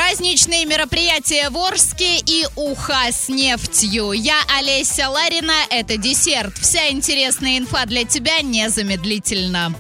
Праздничные мероприятия в Орске и уха с нефтью. Я Олеся Ларина, это десерт. Вся интересная инфа для тебя незамедлительно.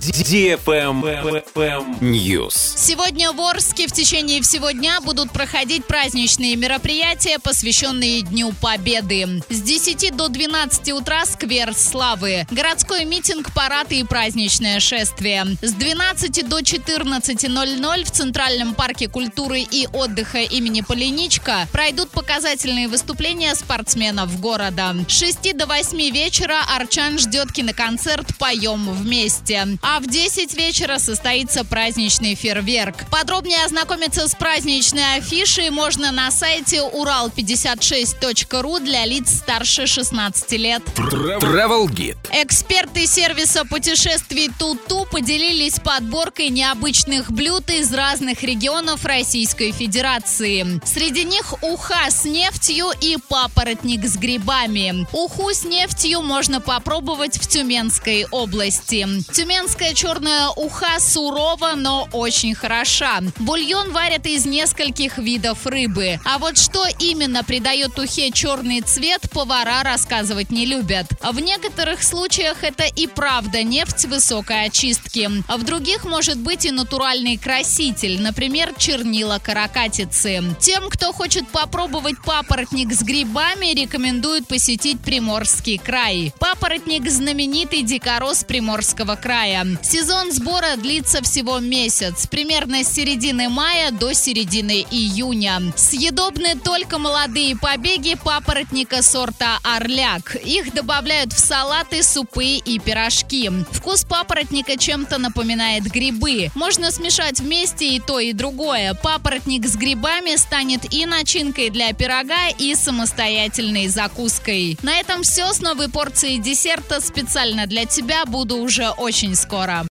News. Сегодня в Орске в течение всего дня будут проходить праздничные мероприятия, посвященные Дню Победы. С 10 до 12 утра сквер Славы. Городской митинг, парад и праздничное шествие. С 12 до 14:00 в Центральном парке культуры и отдыха имени Полиничка пройдут показательные выступления спортсменов города. С 6 до 8 вечера арчан ждет киноконцерт «Поем вместе». А в 10 вечера состоится праздничный фейерверк. Подробнее ознакомиться с праздничной афишей можно на сайте ural56.ru для лиц старше 16 лет. Travel Guide. Эксперты сервиса путешествий Туту поделились подборкой необычных блюд из разных регионов Российской Федерации. Среди них уха с нефтью и папоротник с грибами. Уху с нефтью можно попробовать в Тюменской области. Тюменская черная уха сурова, но очень хороша. Бульон варят из нескольких видов рыбы. А вот что именно придает ухе черный цвет, повара рассказывать не любят. В некоторых случаях это и правда нефть высокой очистки. А в других может быть и натуральный краситель, например, чернила каракатицы. Тем, кто хочет попробовать папоротник с грибами, рекомендуют посетить Приморский край. Папоротник – знаменитый дикорос Приморского края. Сезон сбора длится всего месяц, примерно с середины мая до середины июня. Съедобны только молодые побеги папоротника сорта «Орляк». Их добавляют в салаты, супы и пирожки. Вкус папоротника чем-то напоминает грибы. Можно смешать вместе и то, и другое. Папоротник с грибами станет и начинкой для пирога, и самостоятельной закуской. На этом все. С новой порцией десерта специально для тебя буду уже очень скоро.